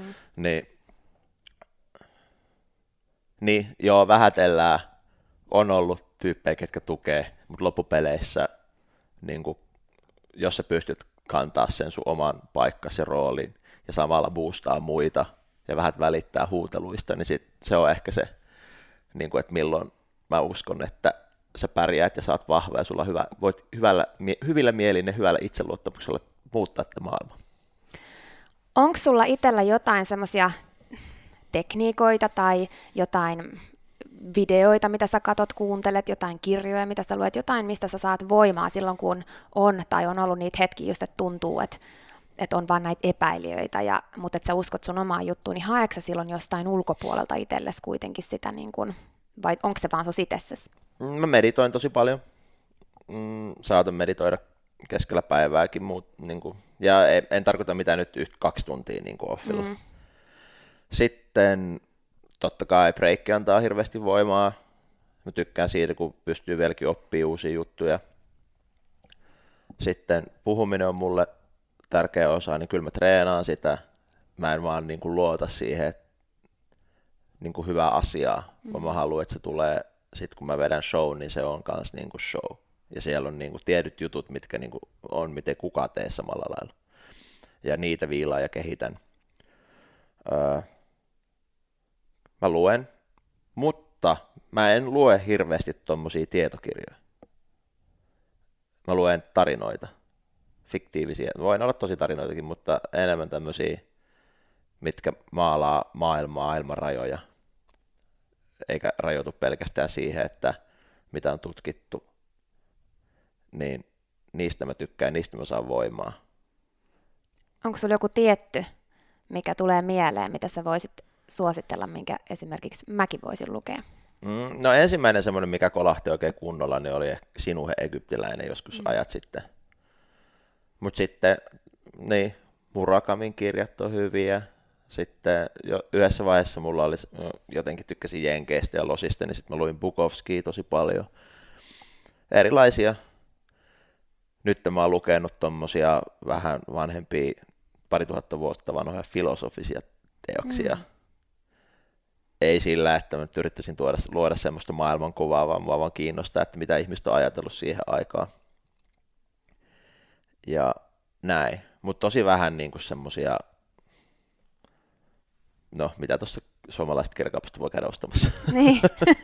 Niin, joo, vähätellään. On ollut tyyppejä, ketkä tukee, mutta loppupeleissä, niin kuin, jos sä pystyt kantaa sen sun oman paikkasi ja roolin ja samalla boostaa muita ja vähän välittää huuteluista, niin se on ehkä se, niin kuin, että milloin mä uskon, että sä pärjäät ja saat vahva ja sulla voit hyvillä mielin ja hyvällä itseluottamuksella muuttaa tätä maailmaa. Onko sulla itsellä jotain semmoisia tekniikoita tai jotain videoita, mitä sä katot, kuuntelet, jotain kirjoja, mitä sä luet, jotain, mistä sä saat voimaa silloin, kun on tai on ollut niitä hetkiä, just että tuntuu, että on vaan näitä epäilijöitä, mutta että sä uskot sun omaan juttuun, niin haeeko sä silloin jostain ulkopuolelta itsellesi kuitenkin sitä, niin kuin, vai onko se vaan sun itsessäsi? Mä meditoin tosi paljon. Saatan meditoida keskellä päivääkin, niin kuin, ja en tarkoita mitään nyt 2 tuntia niin kuin offilla. Sitten totta kai breikki antaa hirveästi voimaa. Mä tykkään siitä, kun pystyy vieläkin oppimaan uusia juttuja. Sitten puhuminen on mulle tärkeä osa, niin kyllä mä treenaan sitä. Mä en vaan niin kuin luota siihen, että niin kuin hyvää asiaa, vaan mä haluan, että se tulee, sit kun mä vedän show, niin se on kans niin kuin show. Ja siellä on niin kuin tietyt jutut, mitkä niin kuin on, miten kukaan tee samalla lailla. Ja niitä viilaan ja kehitän. Mä luen, mutta mä en lue hirveästi tommosia tietokirjoja. Mä luen tarinoita, fiktiivisiä. Voin olla tosi tarinoitakin, mutta enemmän tämmöisiä, mitkä maalaa maailman rajoja, eikä rajoitu pelkästään siihen, että mitä on tutkittu. Niin niistä mä tykkään, niistä mä saan voimaa. Onko sulla joku tietty, mikä tulee mieleen, mitä sä voisit suositella, minkä esimerkiksi mäkin voisin lukea? No ensimmäinen semmoinen, mikä kolahti oikein kunnolla, niin oli Sinuhe egyptiläinen joskus ajat sitten. Mutta sitten niin, Murakamin kirjat on hyviä. Sitten jo yhdessä vaiheessa mulla oli, jotenkin tykkäsin Jenkeistä ja Losista, niin sitten mä luin Bukowskia tosi paljon. Erilaisia. Nyt mä oon lukenut tommosia vähän vanhempia, 2000 vuotta vanhoja filosofisia teoksia. Ei sillä, että mä nyt yrittäisin luoda semmoista maailmankuvaa, vaan kiinnostaa, että mitä ihmiset on ajatellut siihen aikaan. Ja näin. Mutta tosi vähän niinku semmosia, no mitä tuossa suomalaisesta kirjakaupasta voi käydä ostamassa. Niin.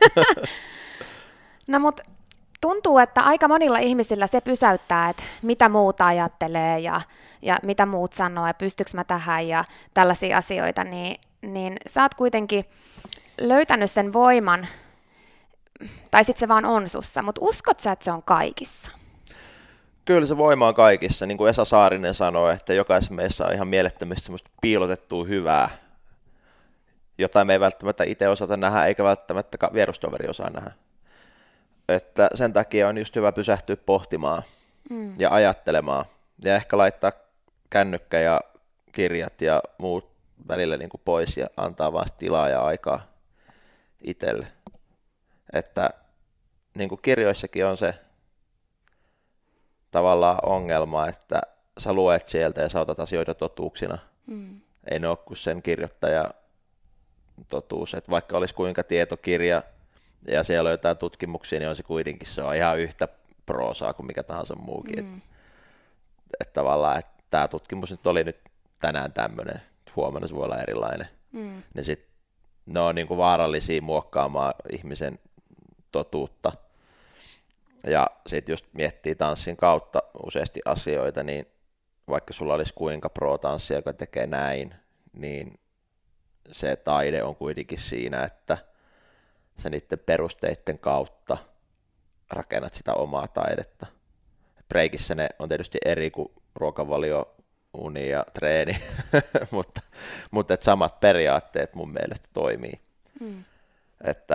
No mut tuntuu, että aika monilla ihmisillä se pysäyttää, että mitä muuta ajattelee ja mitä muut sanoo ja pystyykö mä tähän ja tällaisia asioita, niin sä oot kuitenkin löytänyt sen voiman, tai sitten se vaan on sussa, mutta uskot sä, että se on kaikissa? Kyllä se voima on kaikissa, niin kuin Esa Saarinen sanoi, että jokaisen meissä on ihan mielettömästi semmoista piilotettua hyvää, jota me ei välttämättä itse osata nähdä, eikä välttämättä vierustoveri osaa nähdä. Että sen takia on just hyvä pysähtyä pohtimaan ja ajattelemaan ja ehkä laittaa kännykkä ja kirjat ja muut välillä niin kuin pois ja antaa vaan tilaa ja aikaa itselle. Että niin kuin kirjoissakin on se tavallaan ongelma, että sä luet sieltä ja sä otat asioita totuuksina. Ei ne ole kuin sen kirjoittaja totuus, että vaikka olisi kuinka tietokirja ja siellä on jotain tutkimuksia, niin on se kuitenkin se on ihan yhtä proosaa kuin mikä tahansa muukin. Että tavallaan, että tämä tutkimus nyt oli nyt tänään tämmöinen, huomenna se voi olla erilainen. Niin sit ne on niin kuin vaarallisia muokkaamaan ihmisen totuutta. Ja sitten just miettii tanssin kautta useasti asioita, niin vaikka sulla olisi kuinka pro-tanssia, joka tekee näin, niin se taide on kuitenkin siinä, että sä niiden perusteiden kautta rakennat sitä omaa taidetta. Breikissä ne on tietysti eri kuin ruokavalio, uni ja treeni, mutta et samat periaatteet mun mielestä toimii. Että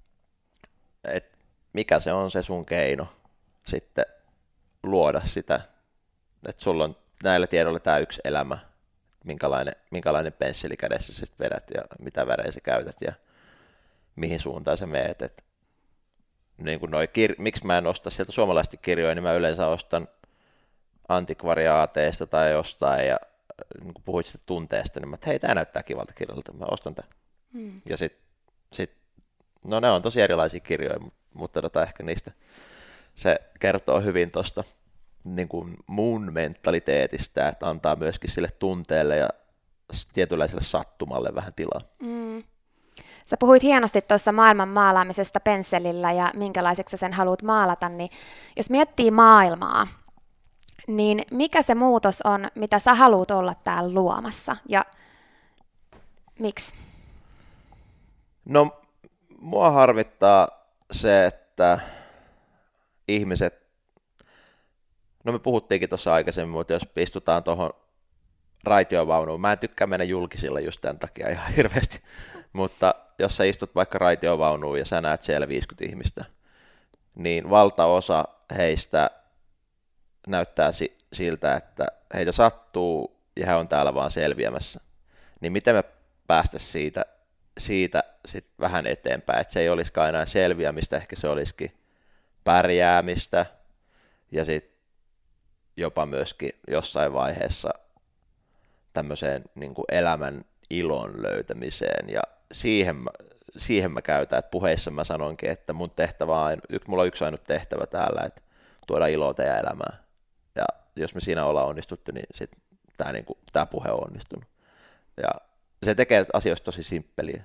mikä se on se sun keino sitten luoda sitä, että sulla on näillä tiedoilla tämä yksi elämä, minkälainen pensseli kädessä sä sit vedät ja mitä värejä sä käytät ja mihin suuntaan sä meet. Et, niin kun miksi mä en osta sieltä suomalaista kirjoja, niin mä yleensä ostan antikvariaateista tai jostain, ja niin kun puhuit sitä tunteesta, niin mä että hei, tää näyttää kivalta kirjalta, mä ostan tämän. Ja no ne on tosi erilaisia kirjoja, mutta ehkä niistä se kertoo hyvin tuosta niin kuin mun mentaliteetistä, että antaa myöskin sille tunteelle ja tietynlaiselle sattumalle vähän tilaa. Sä puhuit hienosti tuossa maailman maalaamisesta pensselillä ja minkälaiseksi sä sen haluat maalata, niin jos miettii maailmaa, niin mikä se muutos on, mitä sä haluat olla täällä luomassa ja miksi? No, mua harvittaa se, että ihmiset, no me puhuttiinkin tuossa aikaisemmin, mutta jos istutaan tuohon raitiovaunuun, mä en tykkää mennä julkisilla just tämän takia ihan hirveästi, mutta jos sä istut vaikka raitiovaunuun ja sä näet siellä 50 ihmistä, niin valtaosa heistä näyttää siltä, että heitä sattuu ja he on täällä vaan selviämässä. Niin miten me päästäisiin siitä sit vähän eteenpäin, että se ei olisikaan enää selviämistä, ehkä se olisikin pärjäämistä ja sitten jopa myöskin jossain vaiheessa tämmöiseen niin kuin elämän ilon löytämiseen, ja siihen mä käytän, että puheissa mä sanoinkin, että mun tehtävä on, mulla on yksi ainut tehtävä täällä, että tuoda iloa teidän elämään, ja jos me siinä ollaan onnistuttu, niin sitten tämä puhe on onnistunut, ja se tekee asioista tosi simppeliä,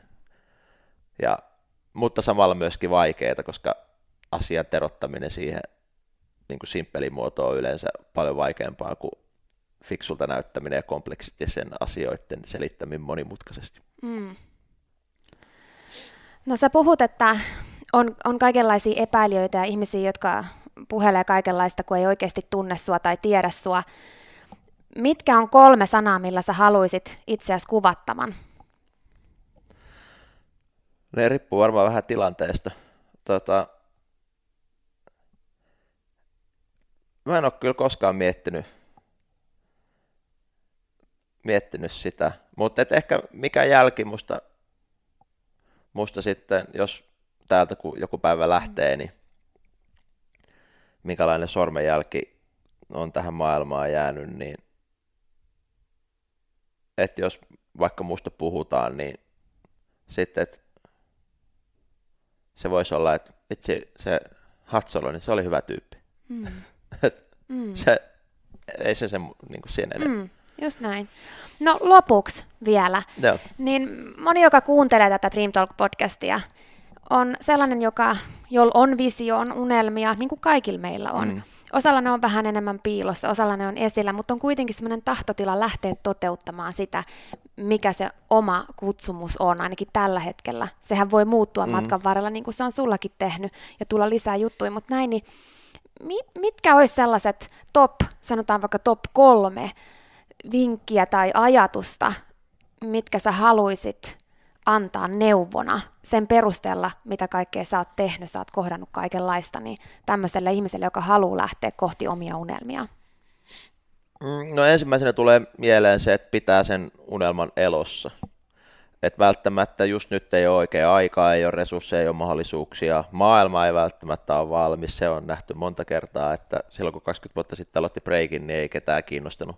mutta samalla myöskin vaikeaa, koska asian terottaminen siihen niin kuin simppeliin muotoon on yleensä paljon vaikeampaa kuin fiksulta näyttäminen ja kompleksit ja sen asioiden selittäminen monimutkaisesti. No sä puhut, että on kaikenlaisia epäilijöitä ja ihmisiä, jotka puhelee kaikenlaista, kun ei oikeasti tunne sua tai tiedä sua. Mitkä on 3 sanaa, millä sä haluaisit itseäsi kuvattavan? Ne riippuu varmaan vähän tilanteesta. Mä en ole kyllä koskaan miettinyt sitä, mutta ehkä mikä jälki musta sitten, jos täältä kun joku päivä lähtee, niin minkälainen sormenjälki on tähän maailmaan jäänyt, niin että jos vaikka musta puhutaan, niin sitten, että se voisi olla, että itse se Hatsolo, niin se oli hyvä tyyppi. Ei se niin kuin siinä enemmän. Just näin. No lopuksi vielä, niin moni, joka kuuntelee tätä Dream Talk-podcastia, on sellainen, jolla on visio, on unelmia, niin kuin kaikilla meillä on. Osalla ne on vähän enemmän piilossa, osalla ne on esillä, mutta on kuitenkin sellainen tahtotila lähteä toteuttamaan sitä, mikä se oma kutsumus on, ainakin tällä hetkellä. Sehän voi muuttua matkan varrella, niin kuin se on sullakin tehnyt, ja tulla lisää juttuja, mutta näin, niin mitkä olisi sellaiset sanotaan vaikka top 3 vinkkiä tai ajatusta, mitkä sä haluisit antaa neuvona sen perusteella, mitä kaikkea sä oot tehnyt, sä oot kohdannut kaikenlaista, niin tämmöiselle ihmiselle, joka haluaa lähteä kohti omia unelmia? No ensimmäisenä tulee mieleen se, että pitää sen unelman elossa. Että välttämättä just nyt ei ole oikea aikaa, ei ole resursseja, ei ole mahdollisuuksia, maailma ei välttämättä ole valmis, se on nähty monta kertaa, että silloin kun 20 vuotta sitten aloitti breakin, niin ei ketään kiinnostanut.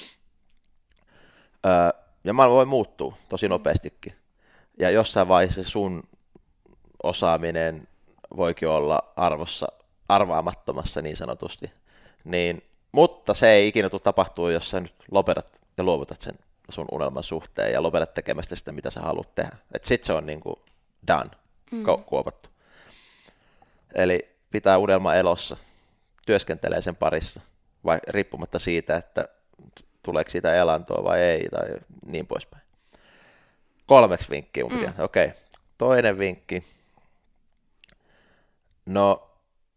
Ja maailma voi muuttua tosi nopeastikin. Ja jossain vaiheessa sun osaaminen voikin olla arvaamattomassa niin sanotusti. Mutta se ei ikinä tule tapahtua, jos sä nyt lopetat ja luovutat sen sun unelman suhteen ja lopetat tekemästä sitä, mitä sä haluat tehdä. Että sit se on niinku done, kuopattu. Eli pitää unelma elossa, työskentelee sen parissa, vai riippumatta siitä, että tuleeko siitä elantoa vai ei, tai niin poispäin. 3 vinkkiä mun pitää. Okei. Toinen vinkki. No,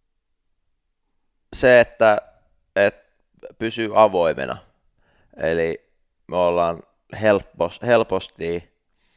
se, että pysyy avoimena. Eli me ollaan helposti,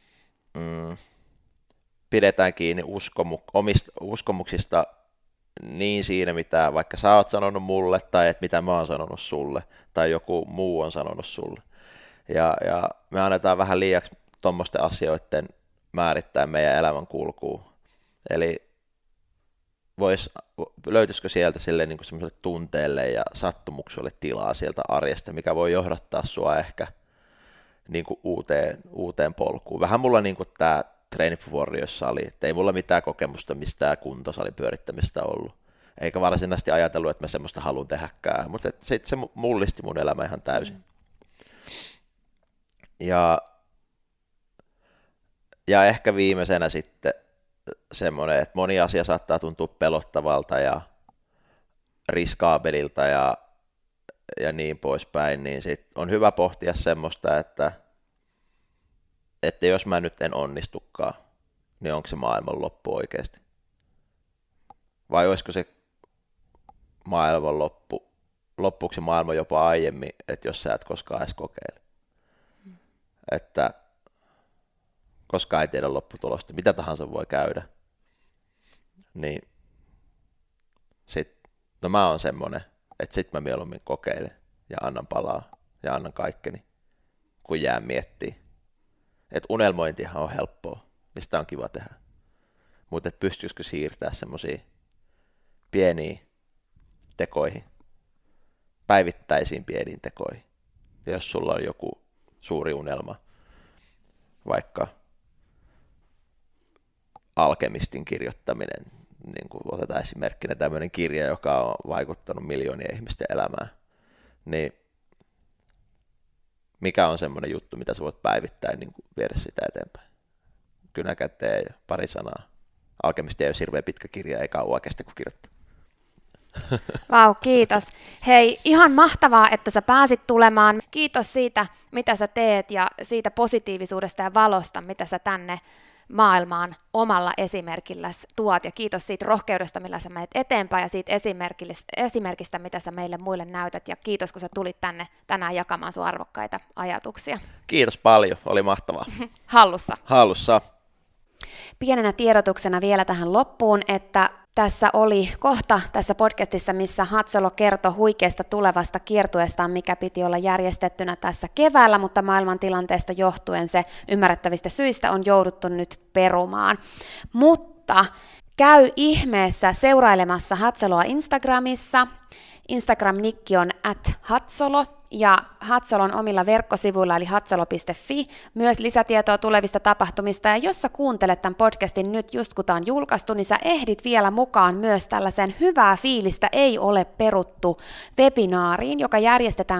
pidetään kiinni omista uskomuksista niin siinä, mitä vaikka sä oot sanonut mulle, tai että mitä mä oon sanonut sulle, tai joku muu on sanonut sulle. Ja me annetaan vähän liiaksi tuommoisten asioiden määrittää meidän elämän kulkua. Eli löytyisikö sieltä sille niin kuin semmoiselle tunteelle ja sattumukselle tilaa sieltä arjesta, mikä voi johdattaa sua ehkä niin kuin uuteen polkuun. Vähän mulla niin kuin tämä Training for Warriorissa oli, että ei mulla mitään kokemusta mistään kuntosalin pyörittämistä ollut, eikä varsinaisesti ajatellut, että mä semmoista haluan tehdäkään, mutta sitten se mullisti mun elämä ihan täysin. Ja ehkä viimeisenä sitten semmoinen, että moni asia saattaa tuntua pelottavalta ja riskaabelilta ja niin poispäin, niin sit on hyvä pohtia semmoista, että jos mä nyt en onnistukaan, niin onko se maailmanloppu oikeasti? Vai olisiko se maailmanloppu, loppuuko se maailma jopa aiemmin, että jos sä et koskaan edes kokeile? Että koskaan ei tiedä lopputulosta, mitä tahansa voi käydä. Niin no mä oon semmonen, että sit mä mieluummin kokeilen ja annan palaa ja annan kaikkeni, kun jää miettiä. Että unelmointihan on helppoa, mistä on kiva tehdä. Mutta pystyisikö siirtää semmosia pieniin tekoihin, päivittäisiin pieniin tekoihin. Ja jos sulla on joku suuri unelma, vaikka Alkemistin kirjoittaminen, niin kuin otetaan esimerkkinä tämmöinen kirja, joka on vaikuttanut miljoonien ihmisten elämään, niin mikä on semmoinen juttu, mitä sä voit päivittäin niin kuin viedä sitä eteenpäin? Kynä käteen ja pari sanaa. Alkemisti ei ole hirveän pitkä kirja, ei kauan kestä kun kirjoittaa. Vau, kiitos. Hei, ihan mahtavaa, että sä pääsit tulemaan. Kiitos siitä, mitä sä teet ja siitä positiivisuudesta ja valosta, mitä sä tänne maailmaan omalla esimerkilläsi tuot. Ja kiitos siitä rohkeudesta, millä sä menet eteenpäin ja siitä esimerkistä, mitä sä meille muille näytät. Ja kiitos, kun sä tulit tänne tänään jakamaan sun arvokkaita ajatuksia. Kiitos paljon, oli mahtavaa. Hallussa. Pienenä tiedotuksena vielä tähän loppuun, että tässä oli kohta tässä podcastissa, missä Hatsolo kertoi huikeasta tulevasta kiertueestaan, mikä piti olla järjestettynä tässä keväällä, mutta maailmantilanteesta johtuen se ymmärrettävistä syistä on jouduttu nyt perumaan. Mutta käy ihmeessä seurailemassa Hatsoloa Instagramissa. Instagram-nikki on @hatsolo. Ja Hatsolon omilla verkkosivuilla eli hatsolo.fi myös lisätietoa tulevista tapahtumista. Ja jos sä kuuntelet tämän podcastin nyt just kun tämä on julkaistu, niin sä ehdit vielä mukaan myös tällaisen Hyvää fiilistä ei ole peruttu webinaariin, joka järjestetään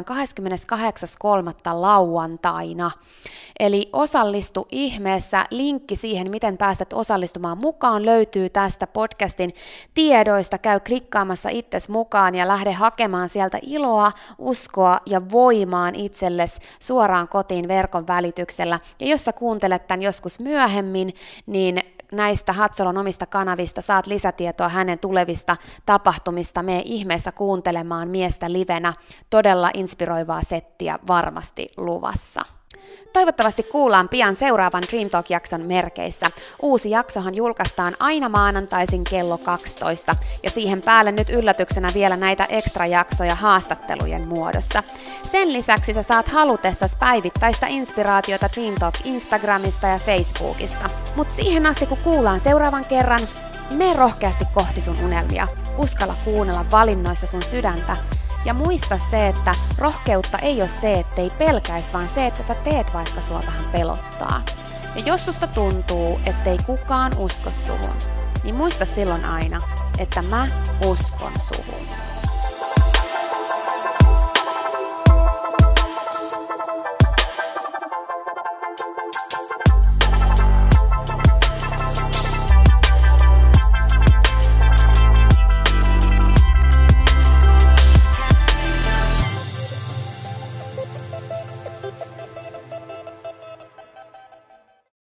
28.3. lauantaina. Eli osallistu ihmeessä. Linkki siihen, miten päästät osallistumaan mukaan, löytyy tästä podcastin tiedoista. Käy klikkaamassa itses mukaan ja lähde hakemaan sieltä iloa, uskoa ja voimaan itsellesi suoraan kotiin verkon välityksellä. Ja jos sä kuuntelet tämän joskus myöhemmin, niin näistä Hatsolon omista kanavista saat lisätietoa hänen tulevista tapahtumista. Mene ihmeessä kuuntelemaan miestä livenä. Todella inspiroivaa settiä varmasti luvassa. Toivottavasti kuullaan pian seuraavan Dream Talk-jakson merkeissä. Uusi jaksohan julkaistaan aina maanantaisin kello 12, ja siihen päälle nyt yllätyksenä vielä näitä extra-jaksoja haastattelujen muodossa. Sen lisäksi sä saat halutessasi päivittäistä inspiraatiota Dream Talk Instagramista ja Facebookista. Mut siihen asti kun kuullaan seuraavan kerran, mene rohkeasti kohti sun unelmia. Uskalla kuunnella valinnoissa sun sydäntä. Ja muista se, että rohkeutta ei ole se, ettei pelkäisi, vaan se, että sä teet vaikka sua vähän pelottaa. Ja jos susta tuntuu, ettei kukaan usko suhun, niin muista silloin aina, että mä uskon suhun.